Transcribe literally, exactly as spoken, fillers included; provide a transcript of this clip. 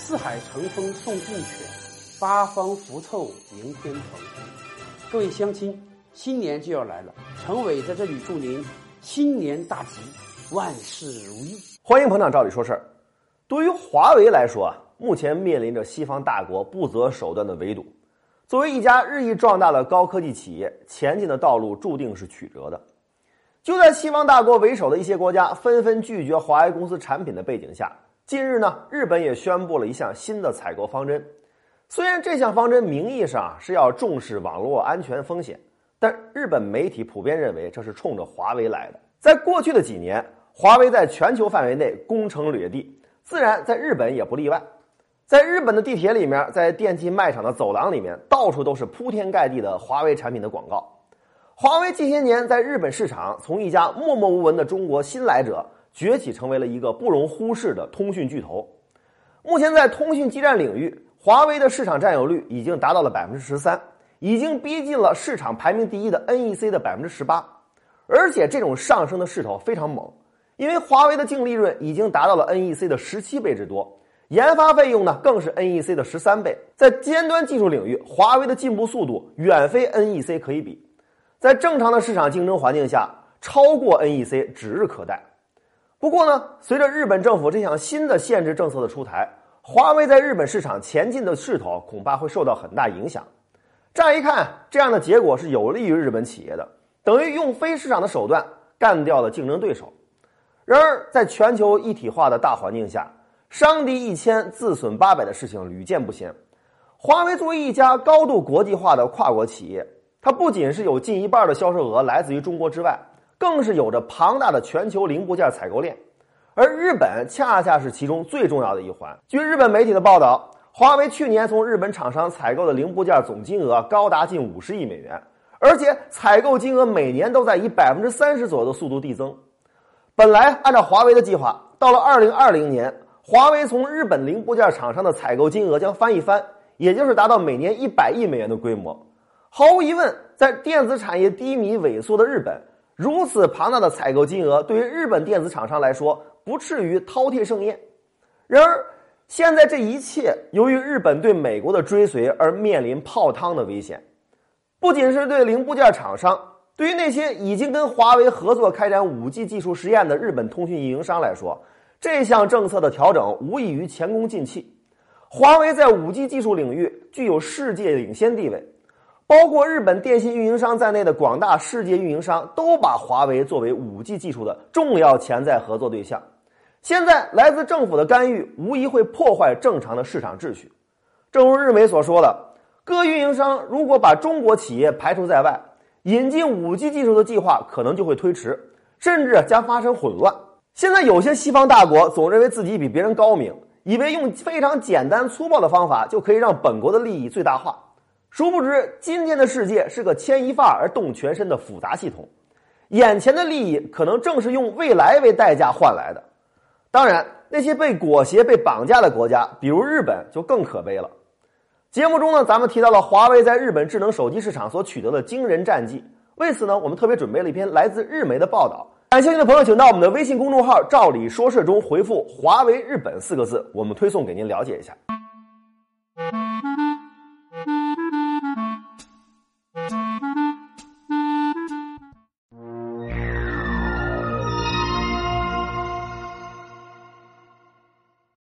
四海乘风送贡犬，八方福凑迎天蓬。各位乡亲，新年就要来了，陈伟在这里祝您新年大吉，万事如意。 欢迎捧场，照理说事儿。对于华为来说啊，目前面临着西方大国不择手段的围堵。作为一家日益壮大的高科技企业，前进的道路注定是曲折的。就在西方大国为首的一些国家纷纷拒绝华为公司产品的背景下，近日呢，日本也宣布了一项新的采购方针。虽然这项方针名义上是要重视网络安全风险，但日本媒体普遍认为这是冲着华为来的。在过去的几年，华为在全球范围内攻城掠地，自然在日本也不例外。在日本的地铁里面，在电器卖场的走廊里面，到处都是铺天盖地的华为产品的广告。华为近些年在日本市场从一家默默无闻的中国新来者崛起成为了一个不容忽视的通讯巨头。目前在通讯基站领域，华为的市场占有率已经达到了 百分之十三， 已经逼近了市场排名第一的 N E C 的 百分之十八。 而且这种上升的势头非常猛，因为华为的净利润已经达到了 N E C 的十七倍之多，研发费用呢更是 N E C 的十三倍。在尖端技术领域，华为的进步速度远非 N E C 可以比。在正常的市场竞争环境下，超过 N E C 指日可待。不过呢，随着日本政府这项新的限制政策的出台，华为在日本市场前进的势头恐怕会受到很大影响。乍一看，这样的结果是有利于日本企业的，等于用非市场的手段干掉了竞争对手。然而，在全球一体化的大环境下，伤敌一千自损八百的事情屡见不鲜。华为作为一家高度国际化的跨国企业，它不仅是有近一半的销售额来自于中国之外，更是有着庞大的全球零部件采购链，而日本恰恰是其中最重要的一环。据日本媒体的报道，华为去年从日本厂商采购的零部件总金额高达近五十亿美元，而且采购金额每年都在以 百分之三十 左右的速度递增。本来按照华为的计划，到了二零二零年，华为从日本零部件厂商的采购金额将翻一番，也就是达到每年一百亿美元的规模。毫无疑问，在电子产业低迷萎缩的日本，如此庞大的采购金额对于日本电子厂商来说不至于饕餮盛宴。然而现在这一切由于日本对美国的追随而面临泡汤的危险。不仅是对零部件厂商，对于那些已经跟华为合作开展 五 G 技术实验的日本通讯运营商来说，这项政策的调整无异于前功尽弃。华为在 五 G 技术领域具有世界领先地位，包括日本电信运营商在内的广大世界运营商都把华为作为 五 G 技术的重要潜在合作对象。现在来自政府的干预无疑会破坏正常的市场秩序。正如日媒所说的，各运营商如果把中国企业排除在外，引进 五 G 技术的计划可能就会推迟，甚至将发生混乱。现在有些西方大国总认为自己比别人高明，以为用非常简单粗暴的方法就可以让本国的利益最大化。殊不知，今天的世界是个牵一发而动全身的复杂系统，眼前的利益可能正是用未来为代价换来的。当然，那些被裹挟、被绑架的国家，比如日本，就更可悲了。节目中呢，咱们提到了华为在日本智能手机市场所取得的惊人战绩，为此呢，我们特别准备了一篇来自日媒的报道。感兴趣的朋友，请到我们的微信公众号“照理说事”中回复“华为日本”四个字，我们推送给您了解一下。